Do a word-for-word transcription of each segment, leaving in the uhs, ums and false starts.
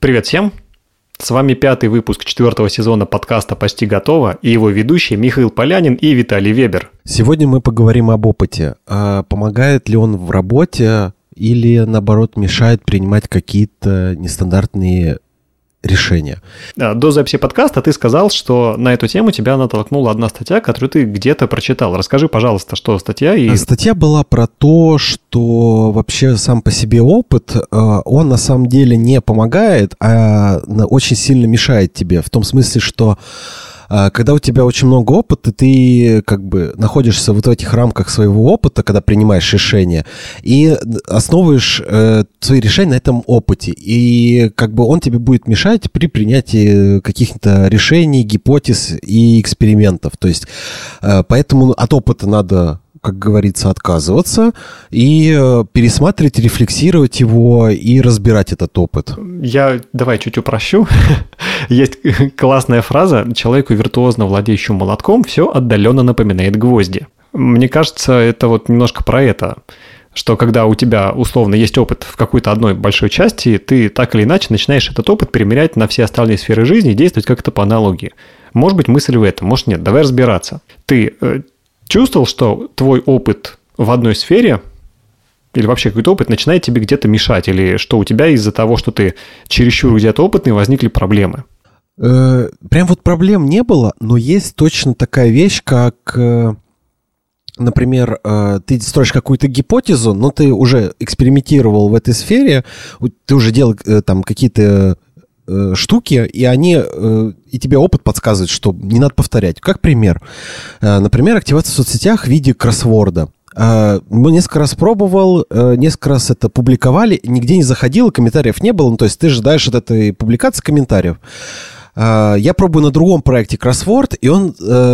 Привет всем! С вами пятый выпуск четвертого сезона подкаста «Почти готово» и его ведущие Михаил Полянин и Виталий Вебер. Сегодня мы поговорим об опыте. А помогает ли он в работе или, наоборот, мешает принимать какие-то нестандартные решения? До записи подкаста ты сказал, что на эту тему тебя натолкнула одна статья, которую ты где-то прочитал. Расскажи, пожалуйста, что статья и... Статья была про то, что вообще сам по себе опыт, он на самом деле не помогает, а очень сильно мешает тебе. В том смысле, что когда у тебя очень много опыта, ты как бы находишься вот в этих рамках своего опыта, когда принимаешь решения, и основываешь э, свои решения на этом опыте. И как бы он тебе будет мешать при принятии каких-то решений, гипотез и экспериментов. То есть э, поэтому от опыта надо, как говорится, отказываться и э, пересматривать, рефлексировать его и разбирать этот опыт. Я давай чуть упрощу. Есть классная фраза: человеку, виртуозно владеющему молотком, все отдаленно напоминает гвозди. Мне кажется, это вот немножко про это, что когда у тебя условно есть опыт в какой-то одной большой части, ты так или иначе начинаешь этот опыт примерять на все остальные сферы жизни и действовать как-то по аналогии. Может быть, мысль в этом, может нет. Давай разбираться. Ты э, чувствовал, что твой опыт в одной сфере или вообще какой-то опыт начинает тебе где-то мешать, или что у тебя из-за того, что ты чересчур где-то опытный, возникли проблемы? Прям вот проблем не было, но есть точно такая вещь, как, например, ты строишь какую-то гипотезу, но ты уже экспериментировал в этой сфере, ты уже делал там какие-то штуки, и они, и тебе опыт подсказывает, что не надо повторять. Как пример. Например, активация в соцсетях в виде кроссворда. Мы несколько раз пробовал, несколько раз это публиковали, нигде не заходило, комментариев не было, ну, то есть ты ждаешь от этой публикации комментариев. Я пробую на другом проекте кроссворд, и он,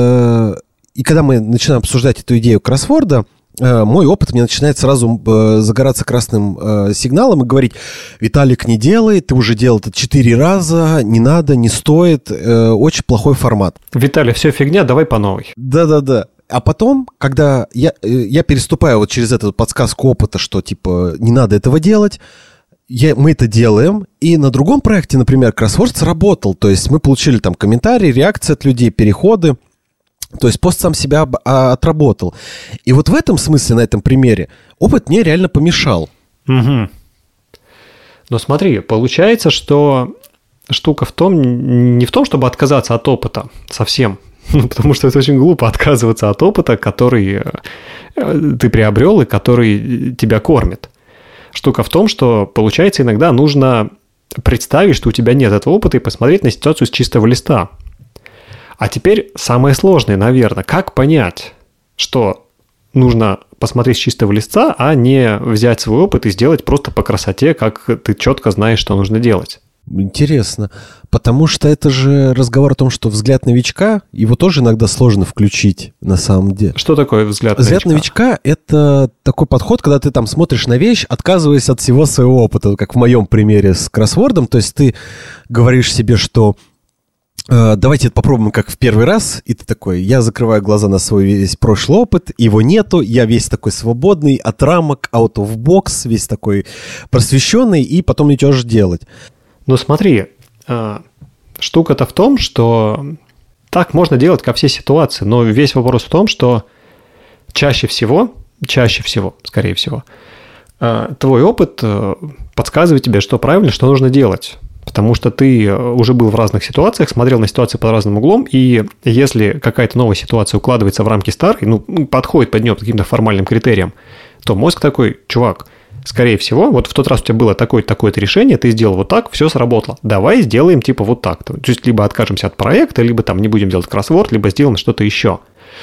и когда мы начинаем обсуждать эту идею кроссворда, мой опыт мне начинает сразу загораться красным сигналом и говорить: Виталик, не делай, ты уже делал это четыре раза, не надо, не стоит, очень плохой формат. Виталий, все фигня, давай по новой. Да-да-да. А потом, когда я, я переступаю вот через эту подсказку опыта, что типа не надо этого делать, я, мы это делаем, и на другом проекте, например, кроссворд сработал, то есть мы получили там комментарии, реакции от людей, переходы, то есть пост сам себя об, а, отработал. И вот в этом смысле, на этом примере, опыт мне реально помешал. Угу. Но смотри, получается, что штука в том, не в том, чтобы отказаться от опыта совсем, ну, потому что это очень глупо отказываться от опыта, который ты приобрел и который тебя кормит. Штука в том, что, получается, иногда нужно представить, что у тебя нет этого опыта, и посмотреть на ситуацию с чистого листа. А теперь самое сложное, наверное, как понять, что нужно посмотреть с чистого листа, а не взять свой опыт и сделать просто по красоте, как ты четко знаешь, что нужно делать. Интересно, потому что это же разговор о том, что взгляд новичка, его тоже иногда сложно включить на самом деле. Что такое взгляд новичка? Взгляд новичка – это такой подход, когда ты там смотришь на вещь, отказываясь от всего своего опыта, как в моем примере с кроссвордом, то есть ты говоришь себе, что э, давайте это попробуем как в первый раз, и ты такой: я закрываю глаза на свой весь прошлый опыт, его нету, я весь такой свободный, от рамок, out of box, весь такой просвещенный, и потом идешь делать. Ну смотри, штука-то в том, что так можно делать ко всей ситуации, но весь вопрос в том, что чаще всего, чаще всего, скорее всего, твой опыт подсказывает тебе, что правильно, что нужно делать. Потому что ты уже был в разных ситуациях, смотрел на ситуацию под разным углом, и если какая-то новая ситуация укладывается в рамки старой, ну, подходит под нее по каким-то формальным критериям, то мозг такой: чувак, скорее всего, вот в тот раз у тебя было такое-то, такое-то решение, ты сделал вот так, все сработало. Давай сделаем типа вот так. То есть либо откажемся от проекта, либо там не будем делать кроссворд, либо сделаем что-то еще.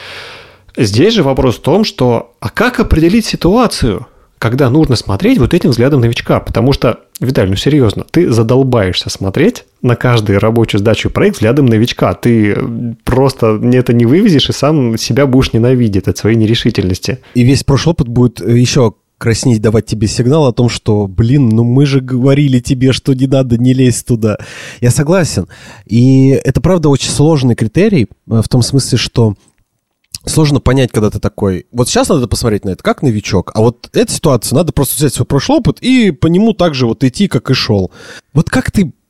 Здесь же вопрос в том, что а как определить ситуацию, когда нужно смотреть вот этим взглядом новичка? Потому что, Виталий, ну серьезно, ты задолбаешься смотреть на каждую рабочую задачу и проект взглядом новичка. Ты просто это не вывезешь и сам себя будешь ненавидеть от своей нерешительности. И весь прошлый опыт будет еще краснеть, давать тебе сигнал о том, что, блин, ну мы же говорили тебе, что не надо, не лезть туда. Я согласен. И это, правда, очень сложный критерий, в том смысле, что сложно понять, когда ты такой: вот сейчас надо посмотреть на это как новичок, а вот эта ситуация, надо просто взять свой прошлый опыт и по нему также вот идти, как и шел. Вот как ты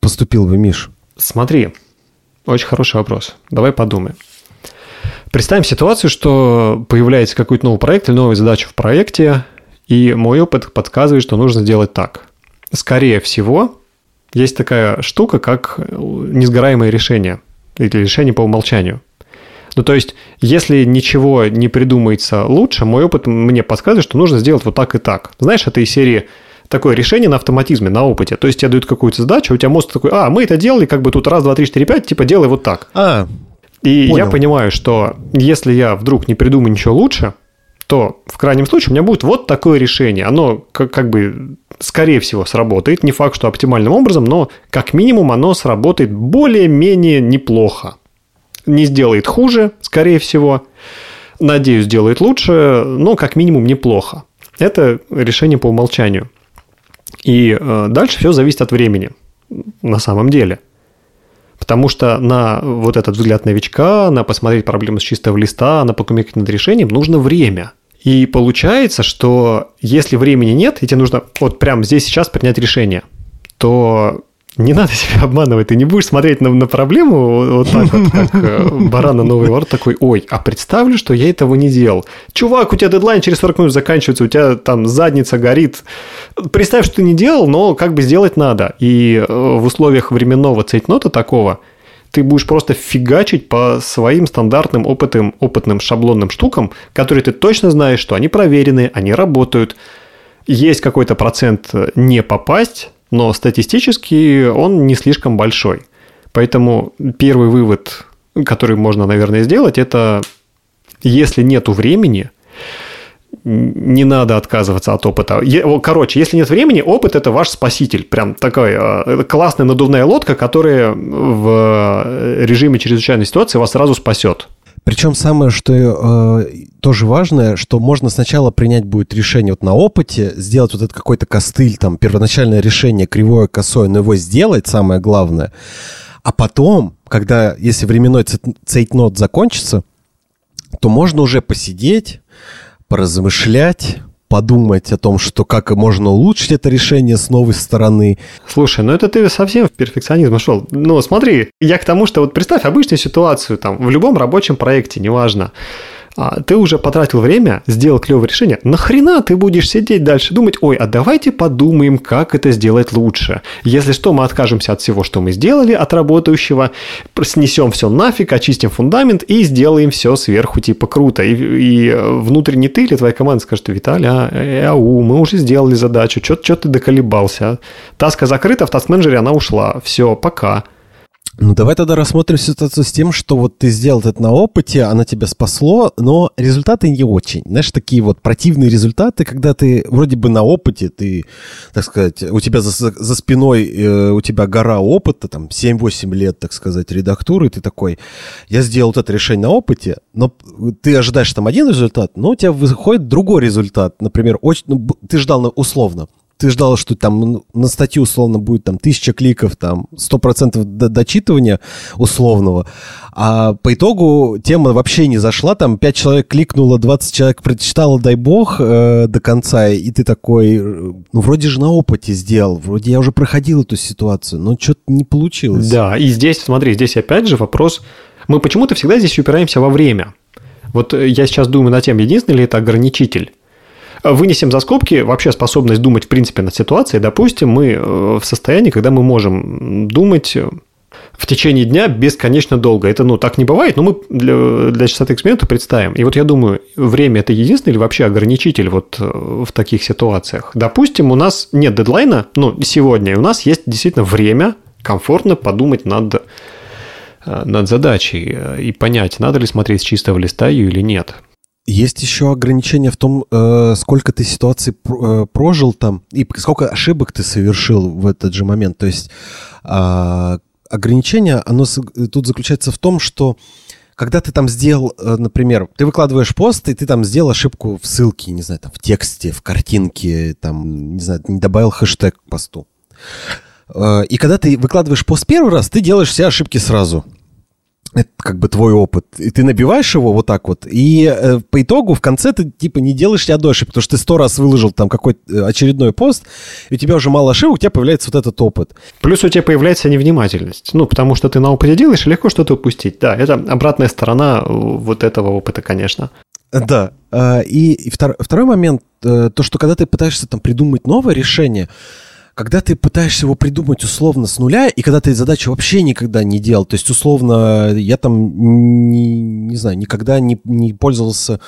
поступил бы, Миш? Смотри, очень хороший вопрос. Давай подумаем. Представим ситуацию, что появляется какой-то новый проект или новая задача в проекте, и мой опыт подсказывает, что нужно сделать так. Скорее всего, есть такая штука, как несгораемое решение или решение по умолчанию. Ну, то есть, если ничего не придумается лучше, мой опыт мне подсказывает, что нужно сделать вот так и так. Знаешь, это из серии такое решение на автоматизме, на опыте. То есть, тебе дают какую-то задачу, у тебя мозг такой, а, мы это делали, как бы тут раз, два, три, четыре, пять, типа, делай вот так. А, И понял. я понимаю, что если я вдруг не придумаю ничего лучше, то в крайнем случае у меня будет вот такое решение. Оно как, как бы, скорее всего, сработает. Не факт, что оптимальным образом, но как минимум оно сработает более-менее неплохо. Не сделает хуже, скорее всего. Надеюсь, сделает лучше, но как минимум неплохо. Это решение по умолчанию. И э, дальше все зависит от времени, на самом деле. Потому что на вот этот взгляд новичка, на посмотреть проблему с чистого листа, на покумекать над решением нужно время. И получается, что если времени нет, и тебе нужно вот прямо здесь сейчас принять решение, то не надо себя обманывать. Ты не будешь смотреть на, на проблему вот так вот, как баран на новый ворот, такой, ой, а представлю, что я этого не делал. Чувак, у тебя дедлайн через сорок минут заканчивается, у тебя там задница горит. Представь, что ты не делал, но как бы сделать надо. И в условиях временного цейтнота такого ты будешь просто фигачить по своим стандартным опытным, опытным шаблонным штукам, которые ты точно знаешь, что они проверены, они работают. Есть какой-то процент не попасть, но статистически он не слишком большой. Поэтому первый вывод, который можно, наверное, сделать, это если нету времени, не надо отказываться от опыта. Короче, если нет времени, опыт – это ваш спаситель. Прям такая классная надувная лодка, которая в режиме чрезвычайной ситуации вас сразу спасет. Причем самое, что э, тоже важное, что можно сначала принять будет решение вот на опыте, сделать вот этот какой-то костыль, там, первоначальное решение, кривое, косое, но его сделать, самое главное. А потом, когда, если временной цейтнот закончится, то можно уже посидеть, поразмышлять, подумать о том, что как можно улучшить это решение с новой стороны. Слушай, ну это ты совсем в перфекционизм шел. Ну смотри, я к тому, что вот представь обычную ситуацию там в любом рабочем проекте, неважно. Ты уже потратил время, сделал клевое решение. Нахрена ты будешь сидеть дальше думать, ой, а давайте подумаем, как это сделать лучше. Если что, мы откажемся от всего, что мы сделали, от работающего, снесем все нафиг, очистим фундамент и сделаем все сверху типа круто. И, и внутренне ты или твоя команда скажет, Виталий, а, ау, мы уже сделали задачу, что ты доколебался. Таска закрыта, в таск-менеджере она ушла. Все, пока. Ну, давай тогда рассмотрим ситуацию с тем, что вот ты сделал это на опыте, оно тебя спасло, но результаты не очень. Знаешь, такие вот противные результаты, когда ты вроде бы на опыте, ты, так сказать, у тебя за, за спиной, э, у тебя гора опыта, там, семь-восемь лет, так сказать, редактуры, и ты такой, я сделал вот это решение на опыте, но ты ожидаешь там один результат, но у тебя выходит другой результат. Например, очень, ну, ты ждал условно. Ты ждал, что там на статью условно будет там тысяча кликов, там сто процентов дочитывания условного, а по итогу тема вообще не зашла, там пять человек кликнуло, двадцать человек прочитало, дай бог, э, до конца, и ты такой, ну, вроде же на опыте сделал, вроде я уже проходил эту ситуацию, но что-то не получилось. Да, и здесь, смотри, здесь опять же вопрос, мы почему-то всегда здесь упираемся во время. Вот я сейчас думаю над тем, единственный ли это ограничитель. Вынесем за скобки вообще способность думать, в принципе, над ситуацией. Допустим, мы в состоянии, когда мы можем думать в течение дня бесконечно долго. Это, ну, так не бывает, но мы для, для частоты эксперимента представим. И вот я думаю, время – это единственный или вообще ограничитель вот в таких ситуациях? Допустим, у нас нет дедлайна, ну, сегодня, и у нас есть действительно время комфортно подумать над, над задачей и понять, надо ли смотреть с чистого листа ее или нет. Есть еще ограничение в том, э, сколько ты ситуаций э, прожил там и сколько ошибок ты совершил в этот же момент. То есть э, ограничение, оно с, тут заключается в том, что когда ты там сделал, э, например, ты выкладываешь пост, и ты там сделал ошибку в ссылке, не знаю, там в тексте, в картинке, там, не знаю, не добавил хэштег к посту. Э, и когда ты выкладываешь пост первый раз, ты делаешь все ошибки сразу. это как бы твой опыт, и ты набиваешь его вот так вот, и э, по итогу в конце ты типа не делаешь ни одной ошибки, потому что ты сто раз выложил там какой-то очередной пост, и у тебя уже мало ошибок, у тебя появляется вот этот опыт. Плюс у тебя появляется невнимательность, ну, потому что ты на опыте делаешь, и легко что-то упустить. Да, это обратная сторона вот этого опыта, конечно. Да, и, и втор, второй момент, то, что когда ты пытаешься там придумать новое решение, когда ты пытаешься его придумать условно с нуля, и когда ты задачу вообще никогда не делал, то есть условно я там, не, не знаю, никогда не, не пользовался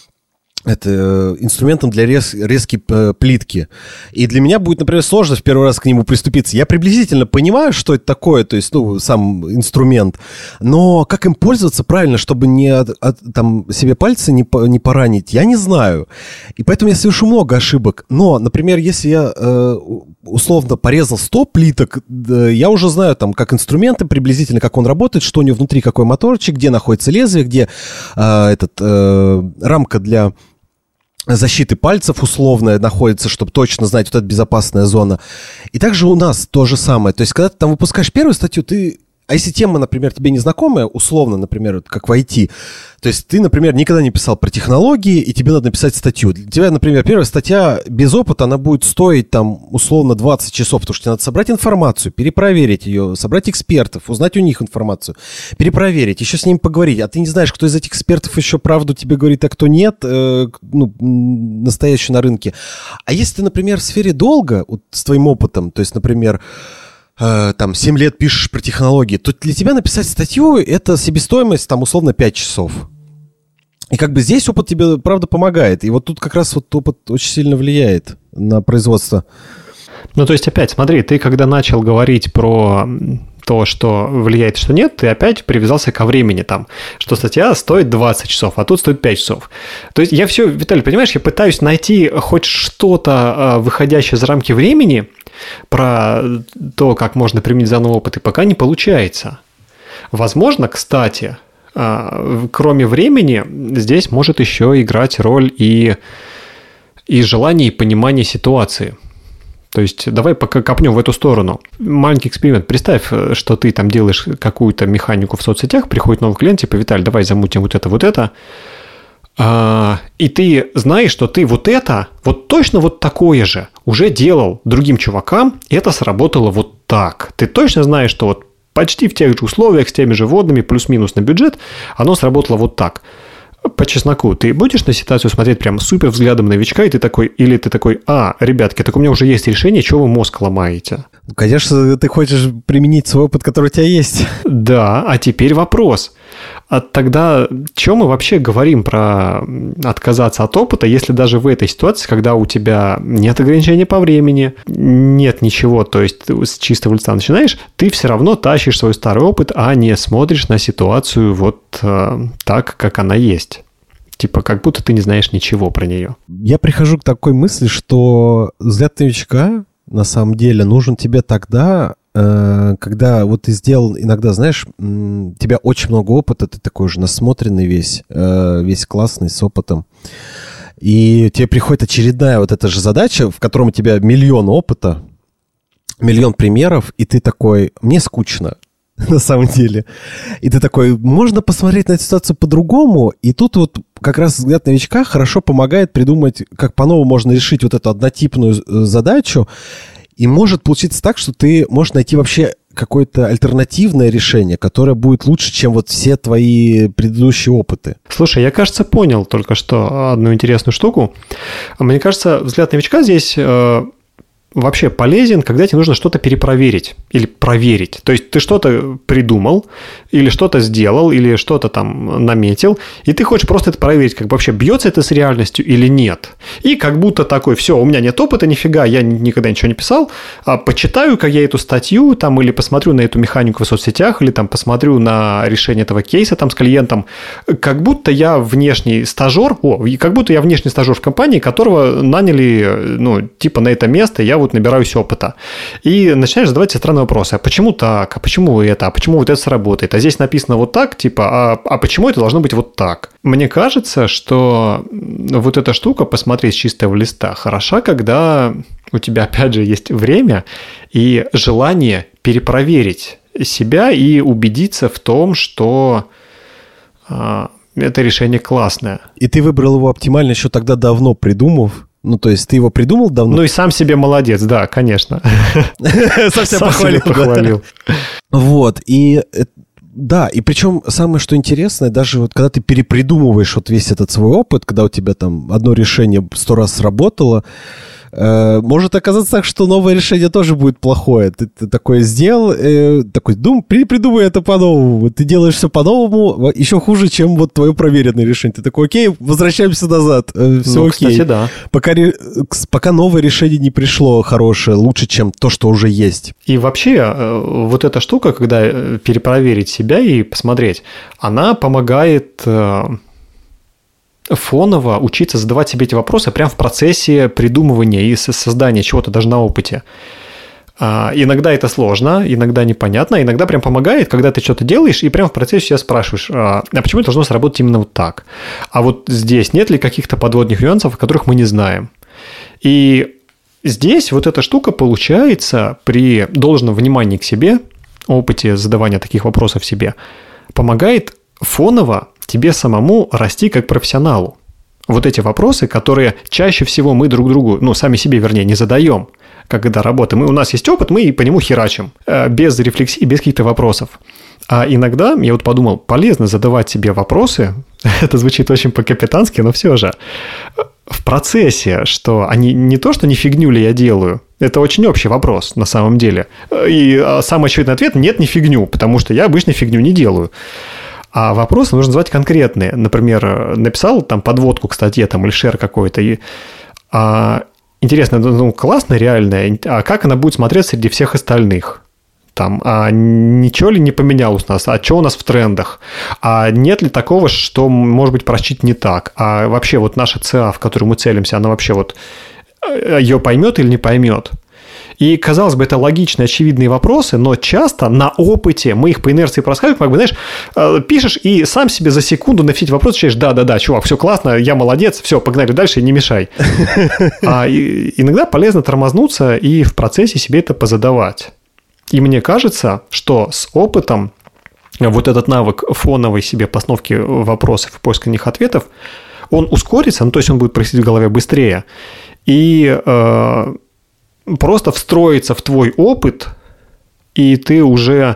это, инструментом для рез, резки плитки. И для меня будет, например, сложно в первый раз к нему приступиться. Я приблизительно понимаю, что это такое, то есть, ну, сам инструмент, но как им пользоваться правильно, чтобы не от, от, там, себе пальцы не, не поранить, я не знаю. И поэтому я совершу много ошибок. Но, например, если я э, условно порезал сто плиток, э, я уже знаю, там, как инструменты, приблизительно, как он работает, что у него внутри, какой моторчик, где находится лезвие, где э, этот, э, рамка для защиты пальцев условная находится, чтобы точно знать, вот эта безопасная зона. И также у нас то же самое. То есть, когда ты там выпускаешь первую статью, ты... А если тема, например, тебе незнакомая, условно, например, как в ай ти, то есть ты, например, никогда не писал про технологии, и тебе надо написать статью. Для тебя, например, первая статья без опыта, она будет стоить там условно двадцать часов, потому что тебе надо собрать информацию, перепроверить ее, собрать экспертов, узнать у них информацию, перепроверить, еще с ними поговорить. А ты не знаешь, кто из этих экспертов еще правду тебе говорит, а кто нет, э, ну, настоящий на рынке. А если ты, например, в сфере долго, вот, с твоим опытом, то есть, например, там, семь лет пишешь про технологии, то для тебя написать статью – это себестоимость, там, условно, пять часов. И как бы здесь опыт тебе, правда, помогает. И вот тут как раз вот опыт очень сильно влияет на производство. Ну, то есть, опять, смотри, ты когда начал говорить про то, что влияет, что нет, ты опять привязался ко времени там, что статья стоит двадцать часов, а тут стоит пять часов. То есть я все, Виталий, понимаешь, я пытаюсь найти хоть что-то, выходящее за рамки времени, про то, как можно применить заново опыт, и пока не получается. Возможно, кстати, кроме времени, здесь может еще играть роль и, и желание, и понимание ситуации. То есть давай пока копнем в эту сторону. Маленький эксперимент. Представь, что ты там делаешь какую-то механику в соцсетях, приходит новый клиент, типа, Виталий, давай замутим вот это, вот это. И ты знаешь, что ты вот это, вот точно вот такое же уже делал другим чувакам, и это сработало вот так. Ты точно знаешь, что вот почти в тех же условиях, с теми же водными, плюс-минус на бюджет, оно сработало вот так. По чесноку, ты будешь на ситуацию смотреть прям супер взглядом новичка, и ты такой, или ты такой, а, ребятки, так у меня уже есть решение, чего вы мозг ломаете? Ну, конечно, ты хочешь применить свой опыт, который у тебя есть. Да, а теперь вопрос. А тогда что мы вообще говорим про отказаться от опыта, если даже в этой ситуации, когда у тебя нет ограничения по времени, нет ничего, то есть ты с чистого листа начинаешь, ты все равно тащишь свой старый опыт, а не смотришь на ситуацию вот э, так, как она есть. Типа, как будто ты не знаешь ничего про нее. Я прихожу к такой мысли, что взгляд новичка на самом деле нужен тебе тогда, когда вот ты сделал иногда, знаешь, у тебя очень много опыта, ты такой уже насмотренный весь, весь классный, с опытом. И тебе приходит очередная вот эта же задача, в котором у тебя миллион опыта, миллион примеров, и ты такой, мне скучно. На самом деле. И ты такой, можно посмотреть на эту ситуацию по-другому, и тут вот как раз взгляд новичка хорошо помогает придумать, как по-новому можно решить вот эту однотипную задачу, и может получиться так, что ты можешь найти вообще какое-то альтернативное решение, которое будет лучше, чем вот все твои предыдущие опыты. Слушай, я, кажется, понял только что одну интересную штуку. Мне кажется, взгляд новичка здесь... Э... вообще полезен, когда тебе нужно что-то перепроверить или проверить. То есть ты что-то придумал, или что-то сделал, или что-то там наметил, и ты хочешь просто это проверить, как бы вообще бьется это с реальностью или нет. И как будто такой, все, у меня нет опыта, нифига, я никогда ничего не писал, а почитаю-ка я эту статью, там, или посмотрю на эту механику в соцсетях, или там посмотрю на решение этого кейса там с клиентом, как будто я внешний стажер, о, как будто я внешний стажер в компании, которого наняли, ну, типа на это место, я вот набираюсь опыта. И начинаешь задавать себе странные вопросы. А почему так? А почему это? А почему вот это сработает? А здесь написано вот так, типа, а, а почему это должно быть вот так? Мне кажется, что вот эта штука, посмотреть с чистого листа, хороша, когда у тебя, опять же, есть время и желание перепроверить себя и убедиться в том, что а, это решение классное. И ты выбрал его оптимально еще тогда давно придумав? Ну, то есть ты его придумал давно? Ну, и сам себе молодец, да, конечно. Совсем похвалил. Вот, и... Да, и причем самое, что интересное, даже вот когда ты перепридумываешь вот весь этот свой опыт, когда у тебя там одно решение сто раз сработало, э, может оказаться так, что новое решение тоже будет плохое. Ты, ты такое сделал, э, такой, дум, придумай это по-новому. Ты делаешь все по-новому, еще хуже, чем вот твое проверенное решение. Ты такой, окей, возвращаемся назад, э, все ну, окей. Кстати, да. Пока, пока новое решение не пришло хорошее, лучше, чем то, что уже есть. И вообще, вот эта штука, когда перепроверить себя и посмотреть, она помогает фоново учиться задавать себе эти вопросы прямо в процессе придумывания и создания чего-то даже на опыте. Иногда это сложно, иногда непонятно, иногда прям помогает, когда ты что-то делаешь и прям в процессе себя спрашиваешь, а почему это должно сработать именно вот так? А вот здесь нет ли каких-то подводных нюансов, о которых мы не знаем? И здесь вот эта штука получается при должном внимании к себе, опыте задавания таких вопросов себе, помогает фоново тебе самому расти как профессионалу. Вот эти вопросы, которые чаще всего мы друг другу, ну, сами себе, вернее, не задаем, когда работаем. Мы, у нас есть опыт, мы и по нему херачим, без рефлексии, без каких-то вопросов. А иногда, я вот подумал, полезно задавать себе вопросы, это звучит очень по-капитански, но все же, в процессе, что они не то, что не фигню ли я делаю, это очень общий вопрос на самом деле. И самый очевидный ответ – нет, не фигню, потому что я обычно фигню не делаю. А вопросы нужно называть конкретные. Например, написал там подводку к статье там, или шер какой-то, и а, интересно, ну, классно, реально, а как она будет смотреться среди всех остальных? Там, а ничего ли не поменялось у нас? А что у нас в трендах? А нет ли такого, что, может быть, прочитать не так? А вообще вот наша ЦА, в которую мы целимся, она вообще вот ее поймет или не поймет? И, казалось бы, это логичные, очевидные вопросы, но часто на опыте мы их по инерции проскакиваем, как бы, знаешь, пишешь и сам себе за секунду на все эти вопросы отвечаешь, да-да-да, чувак, все классно, я молодец, все, погнали дальше, не мешай. А иногда полезно тормознуться и в процессе себе это позадавать. И мне кажется, что с опытом вот этот навык фоновой себе постановки вопросов и поиска на них ответов, он ускорится, ну, то есть он будет происходить в голове быстрее, и э, просто встроится в твой опыт, и ты уже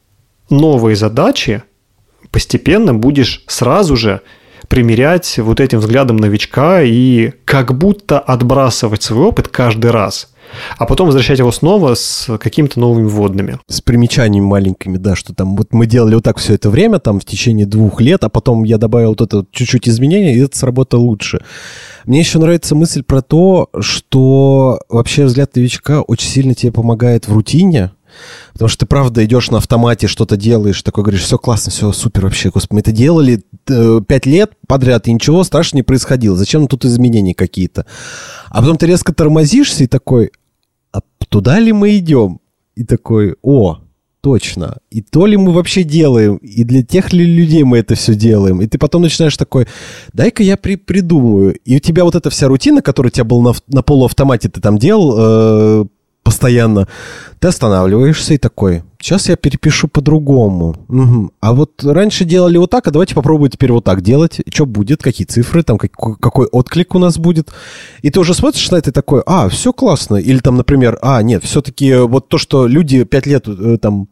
новые задачи постепенно будешь сразу же примерять вот этим взглядом новичка и как будто отбрасывать свой опыт каждый раз, а потом возвращать его снова с какими-то новыми вводными. С примечаниями маленькими, да, что там вот мы делали вот так все это время, там в течение двух лет, а потом я добавил вот это чуть-чуть изменения, и это сработало лучше. Мне еще нравится мысль про то, что вообще взгляд новичка очень сильно тебе помогает в рутине, потому что ты, правда, идешь на автомате, что-то делаешь, такой говоришь, все классно, все супер вообще, господи, мы это делали пять лет подряд, и ничего страшного не происходило, зачем тут изменения какие-то? А потом ты резко тормозишься и такой, а туда ли мы идем? И такой, о, точно, и то ли мы вообще делаем, и для тех ли людей мы это все делаем, и ты потом начинаешь такой, дай-ка я при придумаю, и у тебя вот эта вся рутина, которая у тебя была на, на полуавтомате, ты там делал э, постоянно, ты останавливаешься и такой, сейчас я перепишу по-другому. Угу. А вот раньше делали вот так, а давайте попробуем теперь вот так делать. Что будет, какие цифры, там какой, какой отклик у нас будет. И ты уже смотришь на это и такой, а, все классно. Или там, например, а, нет, все-таки вот то, что люди пять лет там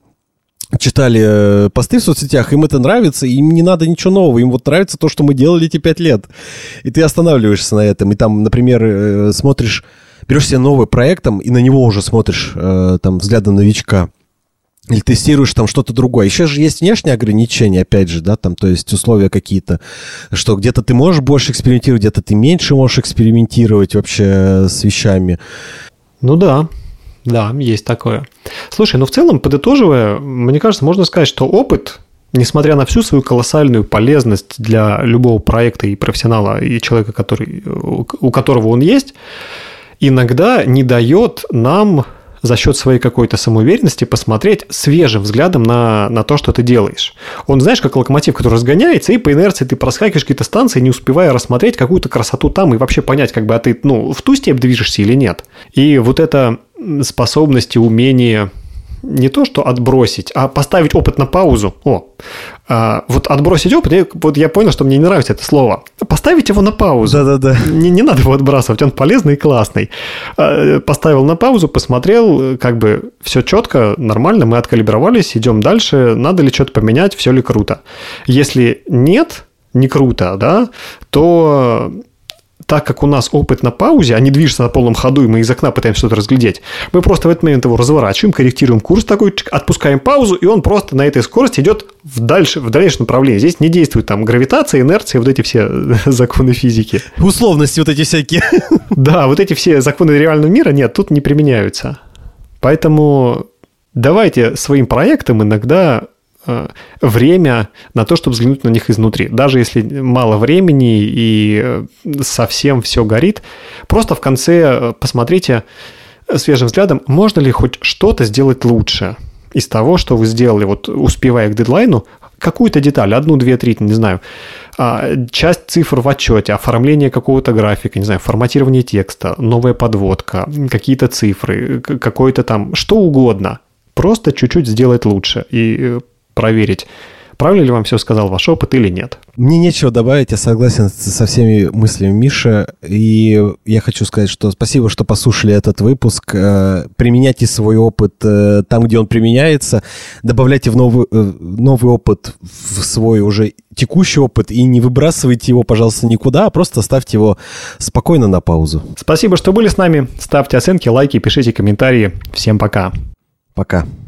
читали посты в соцсетях, им это нравится, им не надо ничего нового, им вот нравится то, что мы делали эти пять лет. И ты останавливаешься на этом, и там, например, смотришь, берешь себе новый проект, там, и на него уже смотришь там взглядом новичка, или тестируешь там что-то другое. Еще же есть внешние ограничения, опять же, да, там, то есть условия какие-то, что где-то ты можешь больше экспериментировать, где-то ты меньше можешь экспериментировать вообще с вещами. Ну да. Да, есть такое. Слушай, ну в целом, подытоживая, мне кажется, можно сказать, что опыт, несмотря на всю свою колоссальную полезность для любого проекта и профессионала, и человека, который, у которого он есть, иногда не дает нам за счет своей какой-то самоуверенности посмотреть свежим взглядом на, на то, что ты делаешь. Он, знаешь, как локомотив, который разгоняется, и по инерции ты проскакиваешь какие-то станции, не успевая рассмотреть какую-то красоту там и вообще понять, как бы, а ты, ну, в ту степь движешься или нет. И вот эта способность и умение не то, что отбросить, а поставить опыт на паузу. О, а, вот отбросить опыт, я, вот я понял, что мне не нравится это слово. Поставить его на паузу. Да-да-да. Не, не надо его отбрасывать, он полезный и классный. А, поставил на паузу, посмотрел, как бы все четко, нормально, мы откалибровались, идем дальше, надо ли что-то поменять, все ли круто. Если нет, не круто, да, то... Так как у нас опыт на паузе, а не движется на полном ходу, и мы из окна пытаемся что-то разглядеть, мы просто в этот момент его разворачиваем, корректируем курс такой, отпускаем паузу, и он просто на этой скорости идет в, дальше, в дальнейшем направлении. Здесь не действует там гравитация, инерция, вот эти все законы физики. Условности вот эти всякие. Да, вот эти все законы реального мира, нет, тут не применяются. Поэтому давайте своим проектам иногда... время на то, чтобы взглянуть на них изнутри. Даже если мало времени и совсем все горит, просто в конце посмотрите свежим взглядом, можно ли хоть что-то сделать лучше из того, что вы сделали, вот успевая к дедлайну, какую-то деталь, одну, две, три, не знаю, часть цифр в отчете, оформление какого-то графика, не знаю, форматирование текста, новая подводка, какие-то цифры, какое-то там, что угодно. Просто чуть-чуть сделать лучше и проверить, правильно ли вам все сказал ваш опыт или нет. Мне нечего добавить, я согласен со всеми мыслями Миши, и я хочу сказать, что спасибо, что послушали этот выпуск. Применяйте свой опыт там, где он применяется, добавляйте в новый, новый опыт в свой уже текущий опыт и не выбрасывайте его, пожалуйста, никуда, а просто ставьте его спокойно на паузу. Спасибо, что были с нами. Ставьте оценки, лайки, пишите комментарии. Всем пока. Пока.